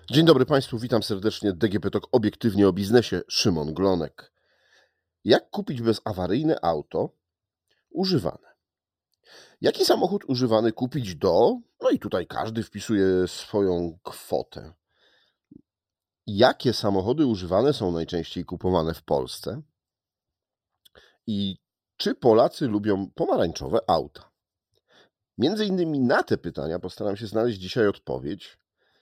Dzień dobry Państwu, witam serdecznie. DGP Talk obiektywnie o biznesie. Szymon Glonek. Jak kupić bezawaryjne auto używane? Jaki samochód używany kupić do? No i tutaj każdy wpisuje swoją kwotę. Jakie samochody używane są najczęściej kupowane w Polsce? I czy Polacy lubią pomarańczowe auta? Między innymi na te pytania postaram się znaleźć dzisiaj odpowiedź.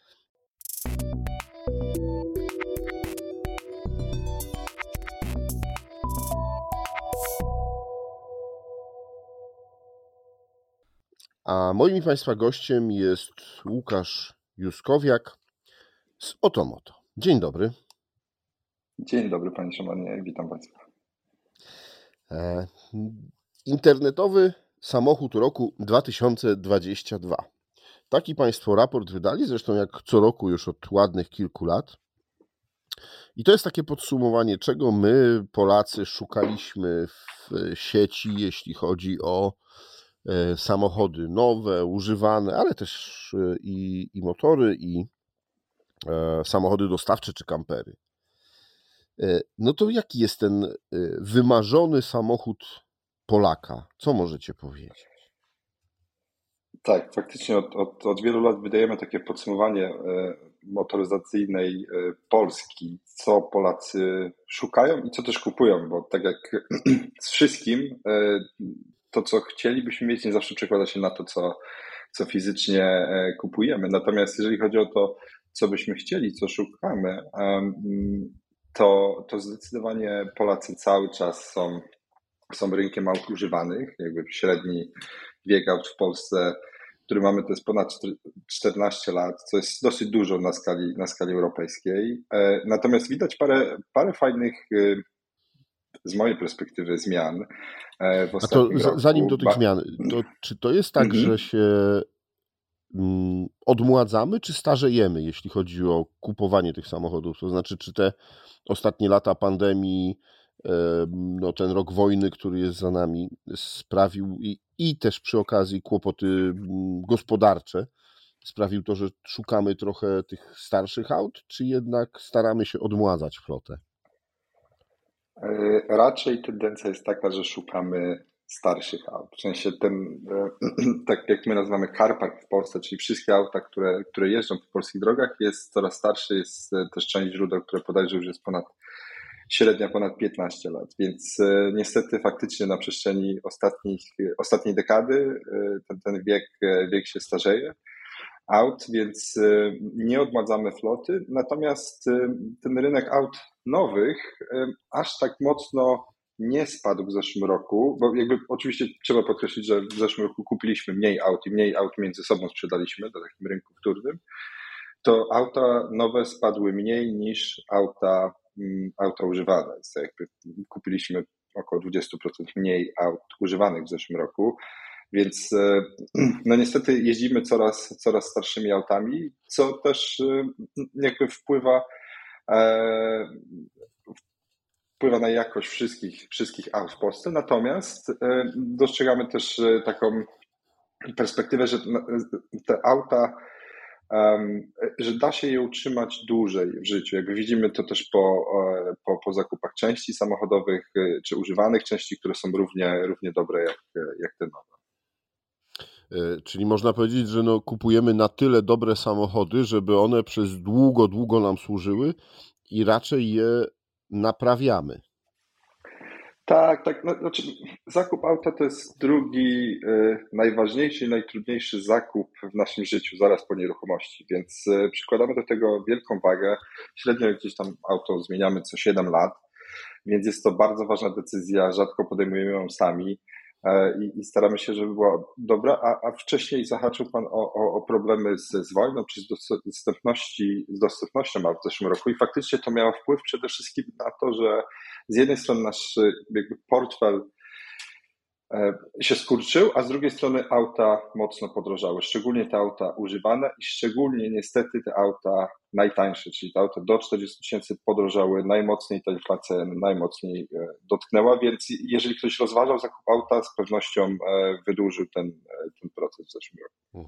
A moim i Państwa gościem jest Łukasz Juskowiak z Otomoto. Dzień dobry. Dzień dobry Panie Szymonie, witam Państwa. Internetowy samochód roku 2022. Taki Państwo raport wydali, zresztą jak co roku już od ładnych kilku lat. I to jest takie podsumowanie, czego my, Polacy, szukaliśmy w sieci, jeśli chodzi o samochody nowe, używane, ale też i motory, i samochody dostawcze czy kampery. No to jaki jest ten wymarzony samochód Polaka? Co możecie powiedzieć? Tak, faktycznie od wielu lat wydajemy takie podsumowanie motoryzacyjnej Polski, co Polacy szukają i co też kupują, bo tak jak z wszystkim, to co chcielibyśmy mieć nie zawsze przekłada się na to, co fizycznie kupujemy. Natomiast jeżeli chodzi o to, co byśmy chcieli, co szukamy, to zdecydowanie Polacy cały czas są rynkiem aut używanych. Jakby średni wiek aut w Polsce, który mamy, to jest ponad 14 lat, co jest dosyć dużo na skali europejskiej. Natomiast widać parę fajnych, z mojej perspektywy, zmian w ostatnim roku. Zanim do tych zmian, to czy to jest tak, że się odmładzamy, czy starzejemy, jeśli chodzi o kupowanie tych samochodów? To znaczy, czy te ostatnie lata pandemii, no ten rok wojny, który jest za nami, sprawił i też przy okazji kłopoty gospodarcze, sprawił to, że szukamy trochę tych starszych aut, czy jednak staramy się odmładzać flotę? Raczej tendencja jest taka, że szukamy starszych aut. W sensie tak jak my nazywamy car park w Polsce, czyli wszystkie auta, które jeżdżą po polskich drogach, jest coraz starszy, jest też część źródeł, które podają, że już jest średnia ponad 15 lat, więc niestety faktycznie na przestrzeni ostatniej dekady ten wiek się starzeje aut, więc nie odmładzamy floty, natomiast ten rynek aut nowych aż tak mocno nie spadł w zeszłym roku, bo jakby oczywiście trzeba podkreślić, że w zeszłym roku kupiliśmy mniej aut i mniej aut między sobą sprzedaliśmy na takim rynku wtórnym, to auta nowe spadły mniej niż auta używane. Więc jakby kupiliśmy około 20% mniej aut używanych w zeszłym roku, więc no niestety jeździmy coraz starszymi autami, co też jakby wpływa na jakość wszystkich aut w Polsce. Natomiast dostrzegamy też taką perspektywę, że te auta, że da się je utrzymać dłużej w życiu. Jakby widzimy to też po zakupach części samochodowych czy używanych części, które są równie dobre jak te nowe. Czyli można powiedzieć, że no, kupujemy na tyle dobre samochody, żeby one przez długo nam służyły i raczej je naprawiamy. Tak. No, znaczy, zakup auta to jest drugi najważniejszy i najtrudniejszy zakup w naszym życiu, zaraz po nieruchomości, więc przykładamy do tego wielką wagę. Średnio gdzieś tam auto zmieniamy co 7 lat, więc jest to bardzo ważna decyzja, rzadko podejmujemy ją sami i staramy się, żeby była dobra, a wcześniej zahaczył Pan o problemy z wojną czy z dostępnością aut w zeszłym roku i faktycznie to miało wpływ przede wszystkim na to, że z jednej strony nasz jakby portfel się skurczył, a z drugiej strony auta mocno podrożały, szczególnie te auta używane i szczególnie niestety te auta najtańsze, czyli te auta do 40 000 podrożały najmocniej, ta inflacja najmocniej dotknęła, więc jeżeli ktoś rozważał zakup auta, z pewnością wydłużył ten proces w zeszłym roku.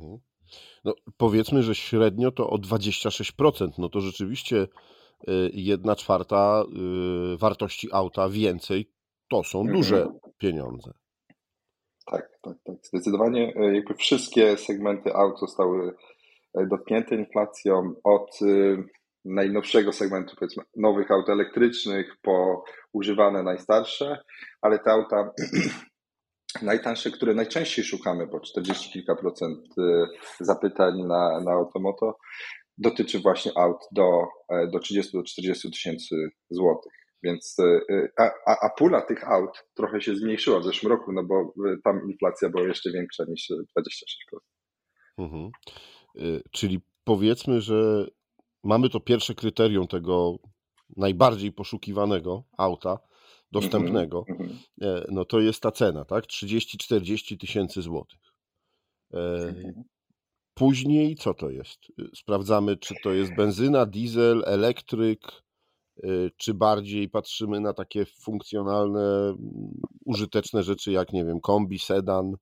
No, powiedzmy, że średnio to o 26%. No to rzeczywiście 1/4 wartości auta więcej to są duże Mhm. pieniądze. Tak, tak, tak. Zdecydowanie jakby wszystkie segmenty aut zostały dotknięte inflacją od najnowszego segmentu, powiedzmy, nowych aut elektrycznych po używane najstarsze, ale te auta najtańsze, które najczęściej szukamy, bo 40 kilka procent zapytań na Automoto dotyczy właśnie aut do 30 do 40 tysięcy złotych. Więc a pula tych aut trochę się zmniejszyła w zeszłym roku, no bo tam inflacja była jeszcze większa niż 26%. Mhm. Czyli powiedzmy, że mamy to pierwsze kryterium tego najbardziej poszukiwanego auta Mhm, dostępnego, mhm, no to jest ta cena, tak? 30-40 tysięcy złotych. mhm. Później co to jest? Sprawdzamy, czy to jest benzyna, diesel, elektryk, czy bardziej patrzymy na takie funkcjonalne, użyteczne rzeczy jak, nie wiem, kombi, sedan.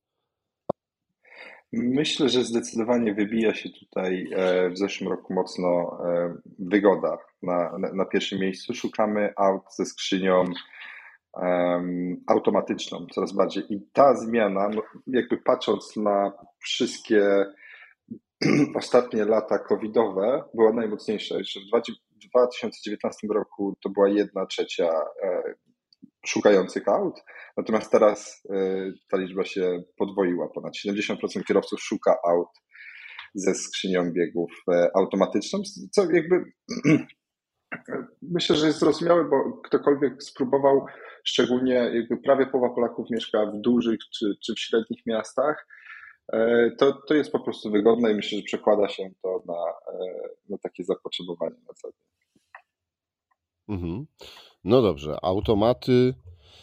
Myślę, że zdecydowanie wybija się tutaj w zeszłym roku mocno wygoda na pierwszym miejscu. Szukamy aut ze skrzynią automatyczną coraz bardziej. I ta zmiana, no, jakby patrząc na wszystkie ostatnie lata covidowe, była najmocniejsza. Jeszcze w 2019 roku to była 1/3 szukających aut, natomiast teraz ta liczba się podwoiła. Ponad 70% kierowców szuka aut ze skrzynią biegów automatyczną, co jakby myślę, że jest zrozumiałe, bo ktokolwiek spróbował, szczególnie jakby prawie połowa Polaków mieszka w dużych czy w średnich miastach, to jest po prostu wygodne i myślę, że przekłada się to na takie zapotrzebowanie na co dzień. Mhm. No dobrze, automaty,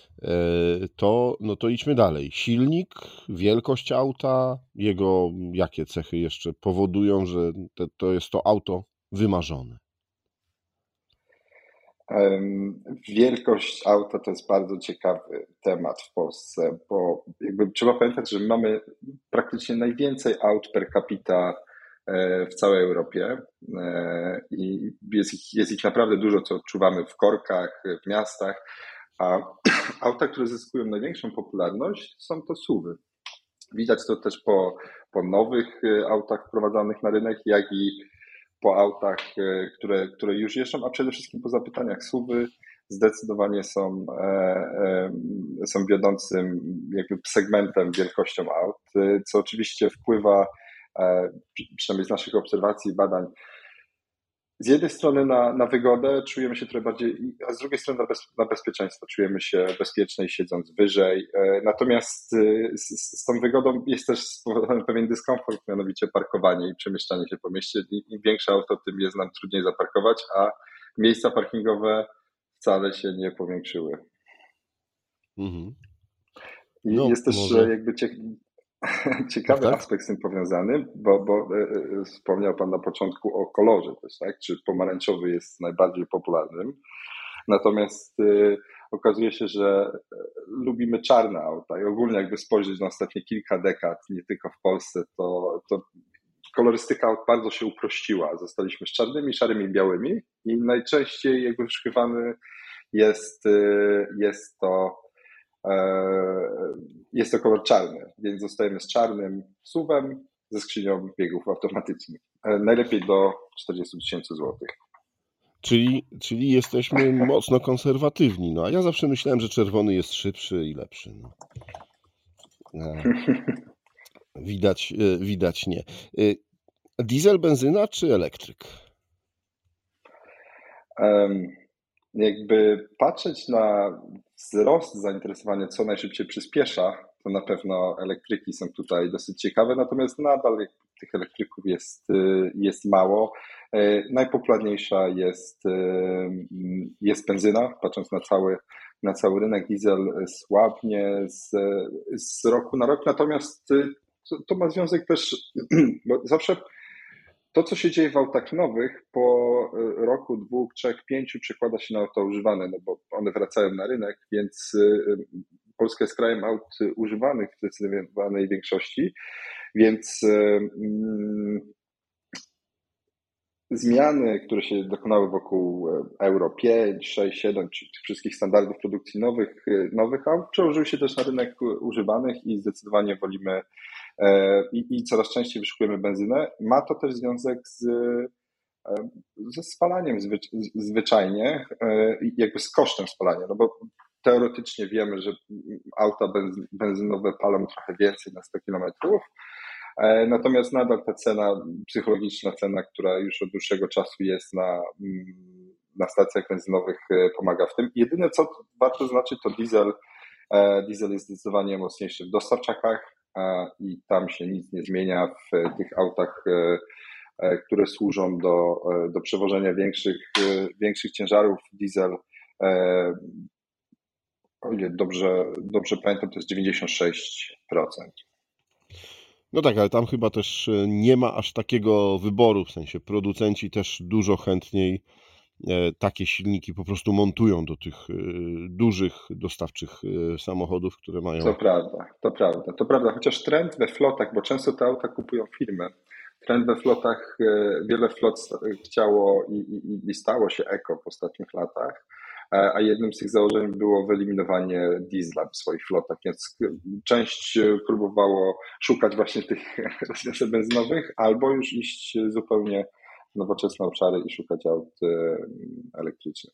no to idźmy dalej. Silnik, wielkość auta, jego jakie cechy jeszcze powodują, że to jest to auto wymarzone? Wielkość auta to jest bardzo ciekawy temat w Polsce, bo jakby trzeba pamiętać, że mamy praktycznie najwięcej aut per capita w całej Europie i jest ich naprawdę dużo, co odczuwamy w korkach, w miastach, a auta, które zyskują największą popularność, są to SUV-y. Widać to też po nowych autach wprowadzanych na rynek, jak i po autach, które już jeżdżą, a przede wszystkim po zapytaniach SUV-y zdecydowanie są wiodącym jakby segmentem, wielkością aut, co oczywiście wpływa, przynajmniej z naszych obserwacji i badań, z jednej strony na wygodę czujemy się trochę bardziej, a z drugiej strony na bezpieczeństwo. Czujemy się bezpieczniej siedząc wyżej. Natomiast z tą wygodą jest też spowodowany pewien dyskomfort, mianowicie parkowanie i przemieszczanie się po mieście. Im większe auto, tym jest nam trudniej zaparkować, a miejsca parkingowe wcale się nie powiększyły. Mhm. I No jest też może, jakby tak, ciekawy tak? aspekt z tym powiązany, bo wspomniał Pan na początku o kolorze też, tak? Czy pomarańczowy jest najbardziej popularnym. Natomiast okazuje się, że lubimy czarne auta i ogólnie jakby spojrzeć na ostatnie kilka dekad, nie tylko w Polsce, to kolorystyka aut bardzo się uprościła. Zostaliśmy z czarnymi, szarymi i białymi i najczęściej jakby wyszukiwany jest to jest to kolor czarny, więc zostajemy z czarnym SUV-em ze skrzynią biegów automatycznych. Najlepiej do 40 tysięcy złotych. Czyli jesteśmy mocno konserwatywni. No a ja zawsze myślałem, że czerwony jest szybszy i lepszy. No. Widać nie. Diesel, benzyna czy elektryk? Jakby patrzeć na wzrost zainteresowania, co najszybciej przyspiesza, to na pewno elektryki są tutaj dosyć ciekawe, natomiast nadal tych elektryków jest mało. Najpopularniejsza jest benzyna, patrząc na cały rynek, diesel słabnie z roku na rok, natomiast to ma związek też, bo zawsze to, co się dzieje w autach nowych, po roku, dwóch, trzech, pięciu przekłada się na auta używane, no bo one wracają na rynek, więc Polska jest krajem aut używanych w zdecydowanej większości. Więc zmiany, które się dokonały wokół Euro 5, 6, 7, czy tych wszystkich standardów produkcji nowych aut, przełożyły się też na rynek używanych i zdecydowanie wolimy i coraz częściej wyszukujemy benzynę. Ma to też związek ze spalaniem zwyczajnie, jakby z kosztem spalania, no bo teoretycznie wiemy, że auta benzynowe palą trochę więcej na 100 kilometrów, natomiast nadal ta cena, psychologiczna cena, która już od dłuższego czasu jest na stacjach benzynowych, pomaga w tym. Jedyne, co warto zaznaczyć, to diesel. Diesel jest zdecydowanie mocniejszy w dostawczakach i tam się nic nie zmienia w tych autach, które służą do przewożenia większych ciężarów. Diesel, o ile dobrze pamiętam, to jest 96%. No tak, ale tam chyba też nie ma aż takiego wyboru, w sensie producenci też dużo chętniej takie silniki po prostu montują do tych dużych dostawczych samochodów, które mają... To prawda, chociaż trend we flotach, bo często te auta kupują firmy, trend we flotach, wiele flot chciało i stało się eko w ostatnich latach, a jednym z tych założeń było wyeliminowanie diesla w swoich flotach, więc część próbowało szukać właśnie tych rozwiązań benzynowych, albo już iść zupełnie w nowoczesne obszary i szukać aut elektrycznych.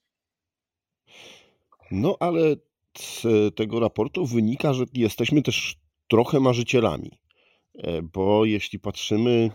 No ale z tego raportu wynika, że jesteśmy też trochę marzycielami, bo jeśli patrzymy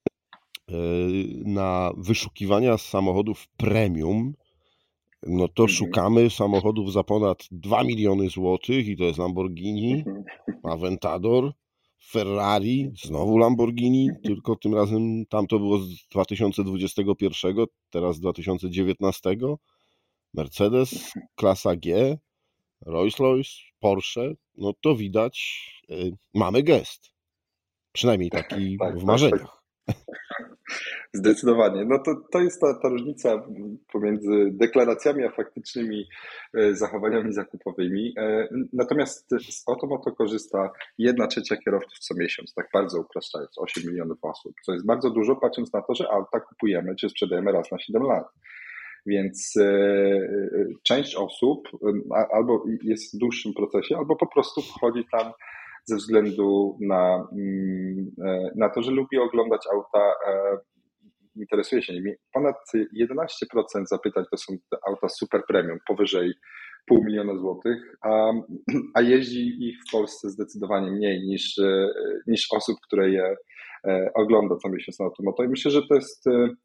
na wyszukiwania samochodów premium, no to szukamy samochodów za ponad 2 miliony złotych i to jest Lamborghini, Aventador, Ferrari, znowu Lamborghini, tylko tym razem tamto było z 2021, teraz 2019, Mercedes, klasa G, Rolls-Royce, Porsche, no to widać, mamy gest. Przynajmniej taki w marzeniach. Zdecydowanie. No to jest ta różnica pomiędzy deklaracjami a faktycznymi zachowaniami zakupowymi. Natomiast z Otomoto korzysta 1/3 kierowców co miesiąc, tak bardzo upraszczając, 8 milionów osób, co jest bardzo dużo, patrząc na to, że auta kupujemy czy sprzedajemy raz na 7 lat. Więc część osób albo jest w dłuższym procesie, albo po prostu wchodzi tam ze względu na to, że lubi oglądać auta, interesuje się nimi. Ponad 11% zapytań to są te auta super premium, powyżej 500 000 złotych, a jeździ ich w Polsce zdecydowanie mniej niż osób, które je ogląda co miesiąc na Otomoto. I myślę, że to jest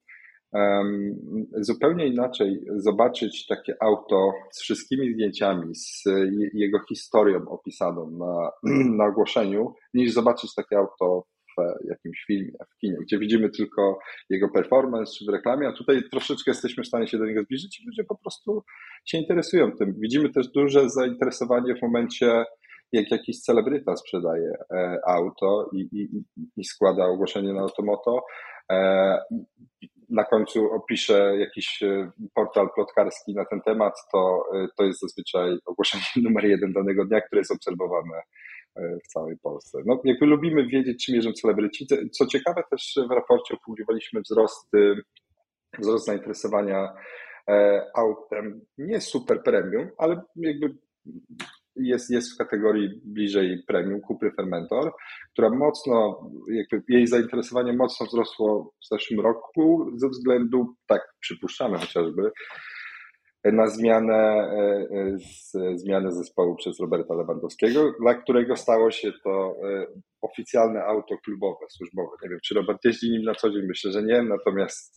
zupełnie inaczej zobaczyć takie auto z wszystkimi zdjęciami, z jego historią opisaną na ogłoszeniu, niż zobaczyć takie auto w jakimś filmie, w kinie, gdzie widzimy tylko jego performance czy w reklamie, a tutaj troszeczkę jesteśmy w stanie się do niego zbliżyć i ludzie po prostu się interesują tym. Widzimy też duże zainteresowanie w momencie, jak jakiś celebryta sprzedaje auto i składa ogłoszenie na Otomoto. Na końcu opiszę jakiś portal plotkarski na ten temat, to jest zazwyczaj ogłoszenie numer 1 danego dnia, które jest obserwowane w całej Polsce. No, jakby lubimy wiedzieć, czym jeżdżą celebryci. Co ciekawe, też w raporcie opublikowaliśmy wzrost zainteresowania autem nie super premium, ale jakby jest w kategorii bliżej premium, Cupry Formentor, która jej zainteresowanie mocno wzrosło w zeszłym roku ze względu, tak przypuszczamy chociażby, na zmianę zespołu przez Roberta Lewandowskiego, dla którego stało się to oficjalne auto klubowe, służbowe. Nie wiem, czy Robert jeździ nim na co dzień, myślę, że nie, natomiast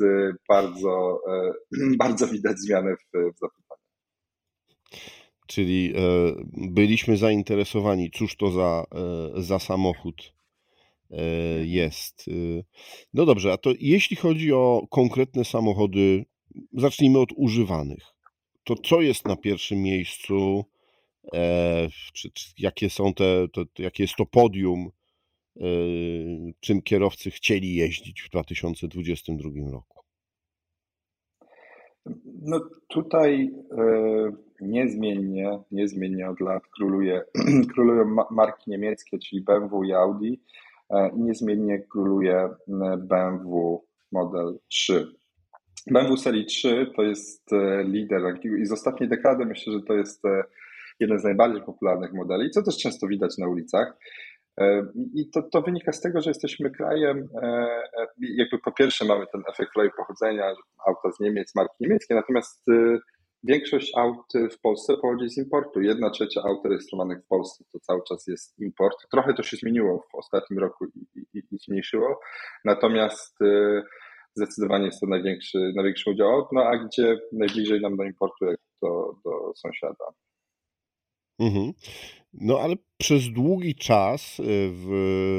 bardzo widać zmianę w zapytaniu. Czyli byliśmy zainteresowani, cóż to za samochód jest. No dobrze, a to jeśli chodzi o konkretne samochody, zacznijmy od używanych. To co jest na pierwszym miejscu? Jakie są jakie jest to podium, czym kierowcy chcieli jeździć w 2022 roku? No tutaj niezmiennie od lat królują marki niemieckie, czyli BMW i Audi. Niezmiennie króluje BMW Model 3. BMW serii 3 to jest lider rankingu i z ostatniej dekady myślę, że to jest jeden z najbardziej popularnych modeli, co też często widać na ulicach. I to wynika z tego, że jesteśmy krajem, jakby po pierwsze mamy ten efekt kraju pochodzenia, auta z Niemiec, marki niemieckie, natomiast większość aut w Polsce pochodzi z importu. 1/3 aut rejestrowanych w Polsce to cały czas jest import. Trochę to się zmieniło w ostatnim roku i zmniejszyło, natomiast zdecydowanie jest to największy udział aut, no a gdzie najbliżej nam do importu, jak do sąsiada. Mhm. No ale przez długi czas w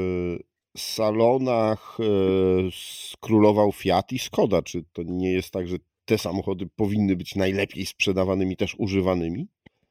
salonach królował Fiat i Skoda. Czy to nie jest tak, że te samochody powinny być najlepiej sprzedawanymi, też używanymi?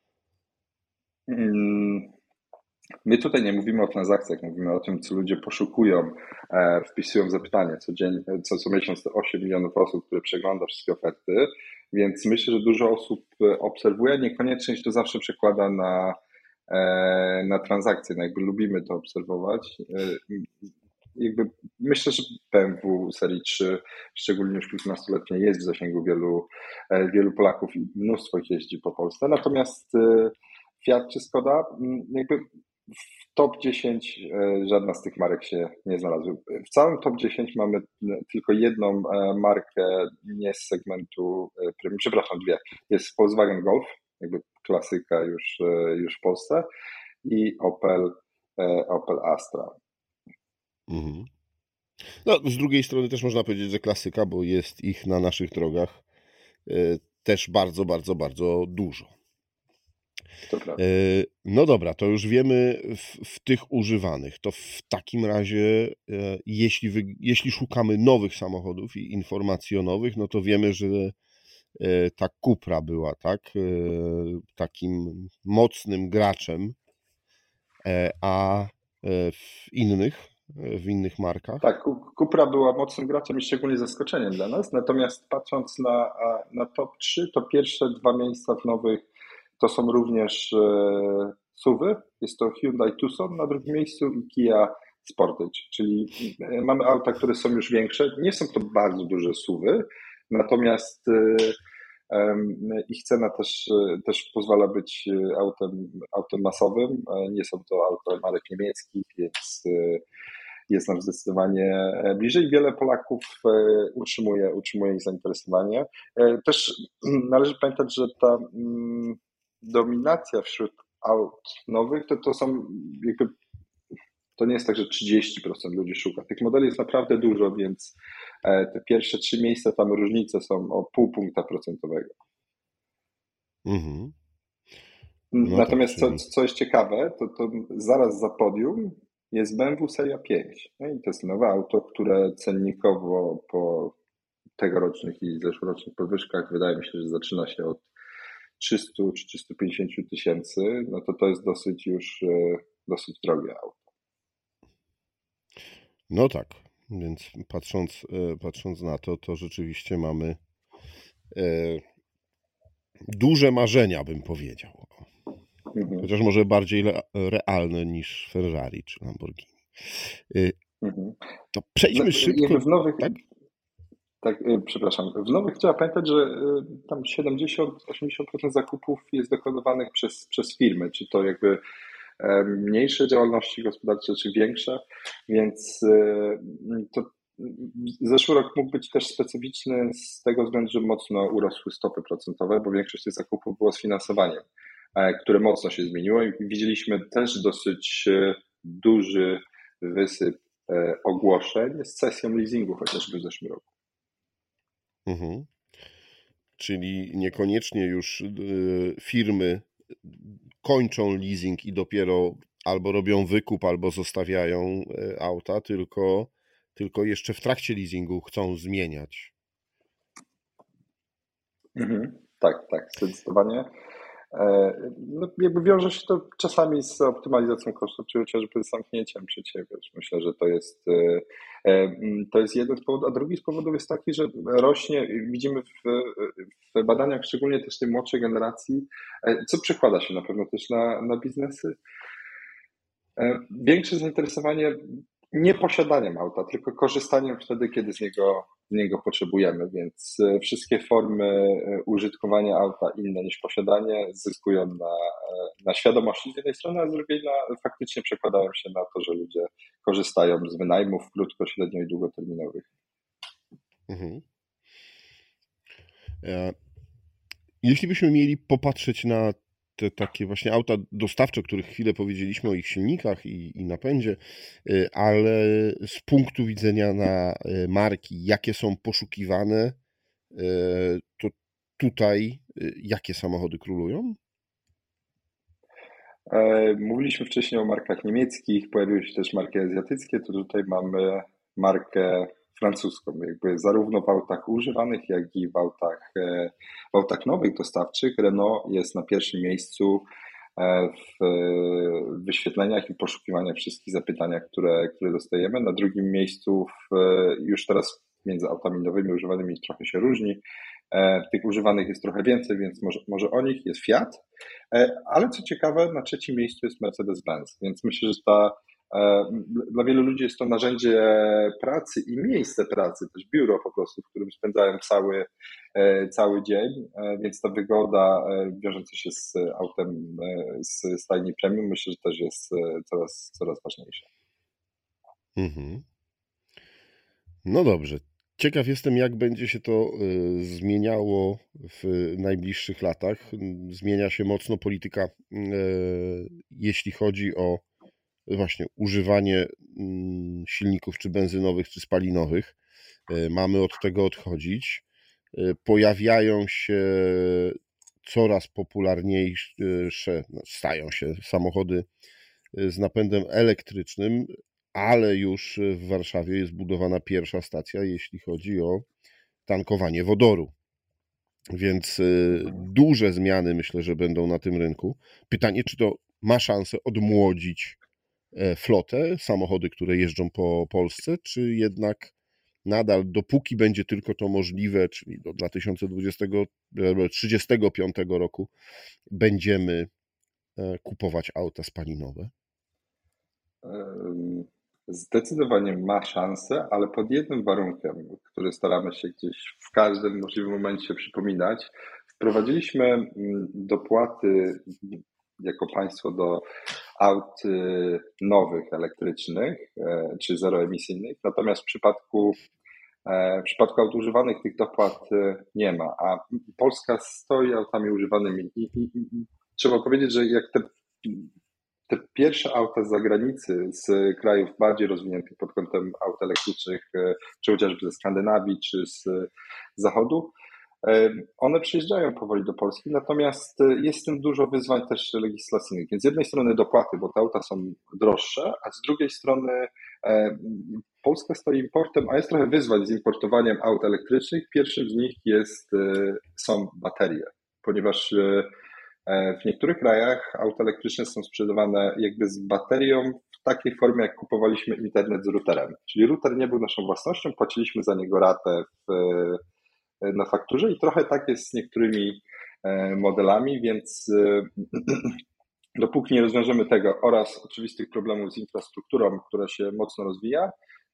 My tutaj nie mówimy o transakcjach, mówimy o tym, co ludzie poszukują, wpisują zapytania. Co miesiąc to 8 milionów osób, które przegląda wszystkie oferty, więc myślę, że dużo osób obserwuje, niekoniecznie się to zawsze przekłada na transakcje, no jakby lubimy to obserwować. Jakby myślę, że BMW serii 3, szczególnie już kilkunastoletnie, jest w zasięgu wielu Polaków i mnóstwo ich jeździ po Polsce. Natomiast Fiat czy Skoda, jakby w top 10 żadna z tych marek się nie znalazła. W całym top 10 mamy tylko jedną markę nie z segmentu premium, przepraszam, dwie. Jest Volkswagen Golf, jakby klasyka już w Polsce, i Opel Astra. Mhm. No, z drugiej strony też można powiedzieć, że klasyka, bo jest ich na naszych drogach też bardzo, bardzo, bardzo dużo. To prawda. No dobra, to już wiemy w tych używanych. To w takim razie, jeśli szukamy nowych samochodów i informacji o nowych, no to wiemy, że ta Cupra była, tak, takim mocnym graczem, a w innych markach? Tak, Cupra była mocnym graczem i szczególnie zaskoczeniem dla nas. Natomiast patrząc na top 3, to pierwsze dwa miejsca w nowych to są również SUV-y. Jest to Hyundai Tucson na drugim miejscu i Kia Sportage, czyli mamy auta, które są już większe. Nie są to bardzo duże SUV-y, natomiast ich cena też pozwala być autem masowym. Nie są to auta marek niemieckich, więc jest nam zdecydowanie bliżej. Wiele Polaków utrzymuje ich zainteresowanie. Też należy pamiętać, że ta dominacja wśród aut nowych to są jakby, to nie jest tak, że 30% ludzi szuka. Tych modeli jest naprawdę dużo, więc te pierwsze 3 miejsca, tam różnice są o 0,5 punkta procentowego. Mhm. No Natomiast tak, co jest ciekawe, to zaraz za podium jest BMW seria 5. No i to jest nowe auto, które cennikowo po tegorocznych i zeszłorocznych podwyżkach wydaje mi się, że zaczyna się od 300 czy 350 tysięcy. No to jest dosyć drogie auto. No tak, więc patrząc na to rzeczywiście mamy duże marzenia, bym powiedział. Chociaż może bardziej realne niż Ferrari czy Lamborghini. To przejdźmy szybko. Tak, przepraszam. W nowych trzeba pamiętać, że tam 70-80% zakupów jest dokonywanych przez firmy, czy to jakby mniejsze działalności gospodarcze, czy większe, więc to zeszły rok mógł być też specyficzny z tego względu, że mocno urosły stopy procentowe, bo większość tych zakupów było z finansowaniem, które mocno się zmieniło i widzieliśmy też dosyć duży wysyp ogłoszeń z cesją leasingu chociażby w zeszłym roku. Mhm. Czyli niekoniecznie już firmy kończą leasing i dopiero albo robią wykup, albo zostawiają auta, tylko jeszcze w trakcie leasingu chcą zmieniać. Tak, zdecydowanie. No, jakby wiąże się to czasami z optymalizacją kosztów, czy chociażby z zamknięciem przedsiębiorstw. Myślę, że to jest jeden z powodów, a drugi z powodów jest taki, że rośnie, widzimy w badaniach, szczególnie też tej młodszej generacji, co przekłada się na pewno też na biznesy. Większe zainteresowanie nieposiadaniem auta, tylko korzystaniem wtedy, kiedy z niego potrzebujemy, więc wszystkie formy użytkowania auta inne niż posiadanie zyskują na świadomości z jednej strony, a z drugiej faktycznie przekładają się na to, że ludzie korzystają z wynajmów krótko, średnio i długoterminowych. Mhm. Jeśli byśmy mieli popatrzeć na te takie właśnie auta dostawcze, o których chwilę powiedzieliśmy, o ich silnikach i napędzie, ale z punktu widzenia na marki, jakie są poszukiwane, to tutaj jakie samochody królują? Mówiliśmy wcześniej o markach niemieckich, pojawiły się też marki azjatyckie, to tutaj mamy markę francuską, jakby zarówno w autach używanych, jak i w autach nowych, dostawczych. Renault jest na pierwszym miejscu w wyświetleniach i poszukiwaniach wszystkich zapytaniach, które dostajemy. Na drugim miejscu już teraz między autami nowymi, używanymi trochę się różni. Tych używanych jest trochę więcej, więc może o nich jest Fiat. Ale co ciekawe, na trzecim miejscu jest Mercedes-Benz, więc myślę, że dla wielu ludzi jest to narzędzie pracy i miejsce pracy, też biuro po prostu, w którym spędzają cały dzień, więc ta wygoda wiążąca się z autem z stajni premium myślę, że też jest coraz ważniejsza. Mhm. No dobrze. Ciekaw jestem, jak będzie się to zmieniało w najbliższych latach. Zmienia się mocno polityka, jeśli chodzi o właśnie używanie silników czy benzynowych, czy spalinowych. Mamy od tego odchodzić. Pojawiają się coraz popularniejsze, stają się samochody z napędem elektrycznym, ale już w Warszawie jest budowana pierwsza stacja, jeśli chodzi o tankowanie wodoru. Więc duże zmiany myślę, że będą na tym rynku. Pytanie, czy to ma szansę odmłodzić flotę, samochody, które jeżdżą po Polsce, czy jednak nadal, dopóki będzie tylko to możliwe, czyli do 2035 roku, będziemy kupować auta spalinowe? Zdecydowanie ma szansę, ale pod jednym warunkiem, który staramy się gdzieś w każdym możliwym momencie przypominać. Wprowadziliśmy dopłaty jako państwo do aut nowych, elektrycznych czy zeroemisyjnych, natomiast w przypadku aut używanych tych dopłat nie ma, a Polska stoi autami używanymi i trzeba powiedzieć, że jak te pierwsze auta z zagranicy, z krajów bardziej rozwiniętych pod kątem aut elektrycznych, czy chociażby ze Skandynawii, czy z Zachodu, one przyjeżdżają powoli do Polski, natomiast jest w tym dużo wyzwań też legislacyjnych. Więc z jednej strony dopłaty, bo te auta są droższe, a z drugiej strony Polska stoi importem, a jest trochę wyzwań z importowaniem aut elektrycznych. Pierwszym z nich są baterie, ponieważ w niektórych krajach auta elektryczne są sprzedawane jakby z baterią w takiej formie, jak kupowaliśmy internet z routerem. Czyli router nie był naszą własnością, płaciliśmy za niego ratę na fakturze i trochę tak jest z niektórymi modelami, więc dopóki nie rozwiążemy tego oraz oczywistych problemów z infrastrukturą, która się mocno rozwija,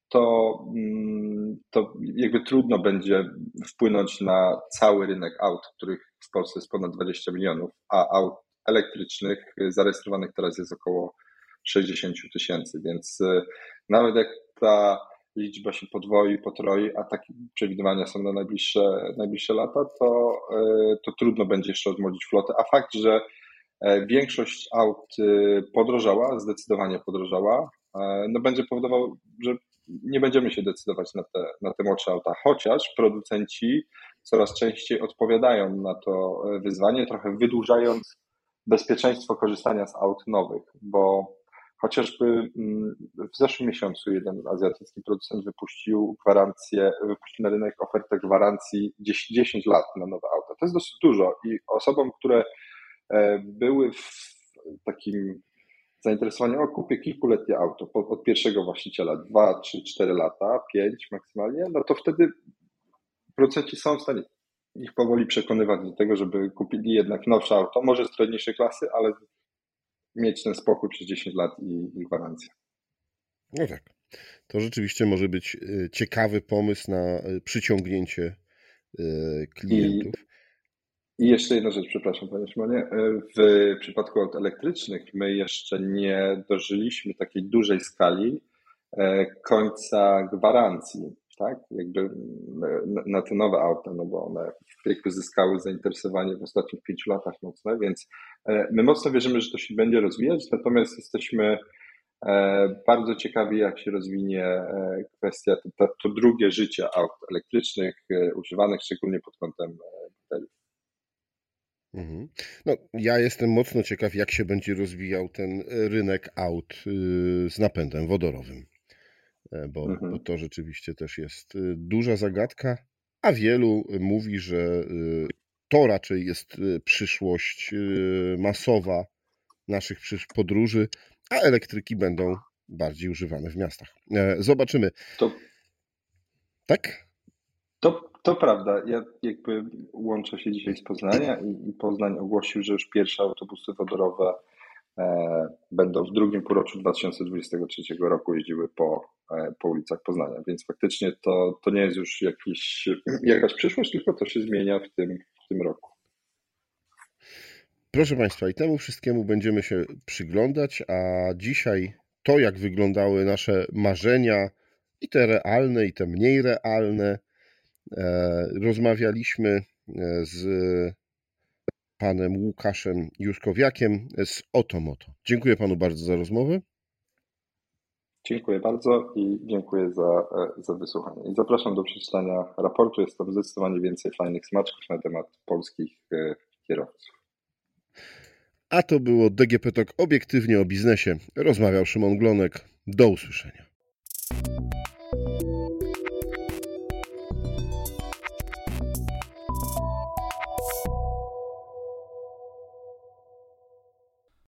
to jakby trudno będzie wpłynąć na cały rynek aut, których w Polsce jest ponad 20 milionów, a aut elektrycznych zarejestrowanych teraz jest około 60 000, więc nawet jak ta liczba się podwoi, potroi, a takie przewidywania są na najbliższe lata, to trudno będzie jeszcze odmłodzić flotę, a fakt, że większość aut podrożała, zdecydowanie podrożała, no będzie powodował, że nie będziemy się decydować na te młodsze auta, chociaż producenci coraz częściej odpowiadają na to wyzwanie, trochę wydłużając bezpieczeństwo korzystania z aut nowych, bo chociażby w zeszłym miesiącu jeden azjatycki producent wypuścił na rynek ofertę gwarancji 10 lat na nowe auta. To jest dosyć dużo i osobom, które były w takim zainteresowaniu, kupię kilkuletnie auto od pierwszego właściciela, 2, 3, 4 lata, 5 maksymalnie, no to wtedy producenci są w stanie ich powoli przekonywać do tego, żeby kupili jednak nowsze auto, może z trudniejszej klasy, ale mieć ten spokój przez 10 lat i gwarancję. No tak. To rzeczywiście może być ciekawy pomysł na przyciągnięcie I, klientów. I jeszcze jedna rzecz, przepraszam Panie Szymonie. W przypadku aut elektrycznych my jeszcze nie dożyliśmy takiej dużej skali końca gwarancji, tak? Jakby na te nowe auta, no bo one jakby zyskały zainteresowanie w ostatnich 5 latach mocne, więc my mocno wierzymy, że to się będzie rozwijać, natomiast jesteśmy bardzo ciekawi, jak się rozwinie kwestia, to drugie życie aut elektrycznych, używanych szczególnie pod kątem baterii. Mhm. No, ja jestem mocno ciekaw, jak się będzie rozwijał ten rynek aut z napędem wodorowym, bo to rzeczywiście też jest duża zagadka, a wielu mówi, że to raczej jest przyszłość masowa naszych podróży, a elektryki będą bardziej używane w miastach. Zobaczymy. To, Tak? to prawda. Ja jakby łączę się dzisiaj z Poznania i Poznań ogłosił, że już pierwsze autobusy wodorowe będą w drugim półroczu 2023 roku jeździły po ulicach Poznania, więc faktycznie to nie jest już jakaś przyszłość, tylko to się zmienia w tym roku. Proszę Państwa, i temu wszystkiemu będziemy się przyglądać, a dzisiaj to, jak wyglądały nasze marzenia, i te realne, i te mniej realne, rozmawialiśmy z panem Łukaszem Juszkowiakiem z Otomoto. Dziękuję panu bardzo za rozmowę. Dziękuję bardzo i dziękuję za wysłuchanie. I zapraszam do przeczytania raportu. Jest tam zdecydowanie więcej fajnych smaczków na temat polskich kierowców. A to było DGP Talk obiektywnie o biznesie. Rozmawiał Szymon Glonek. Do usłyszenia.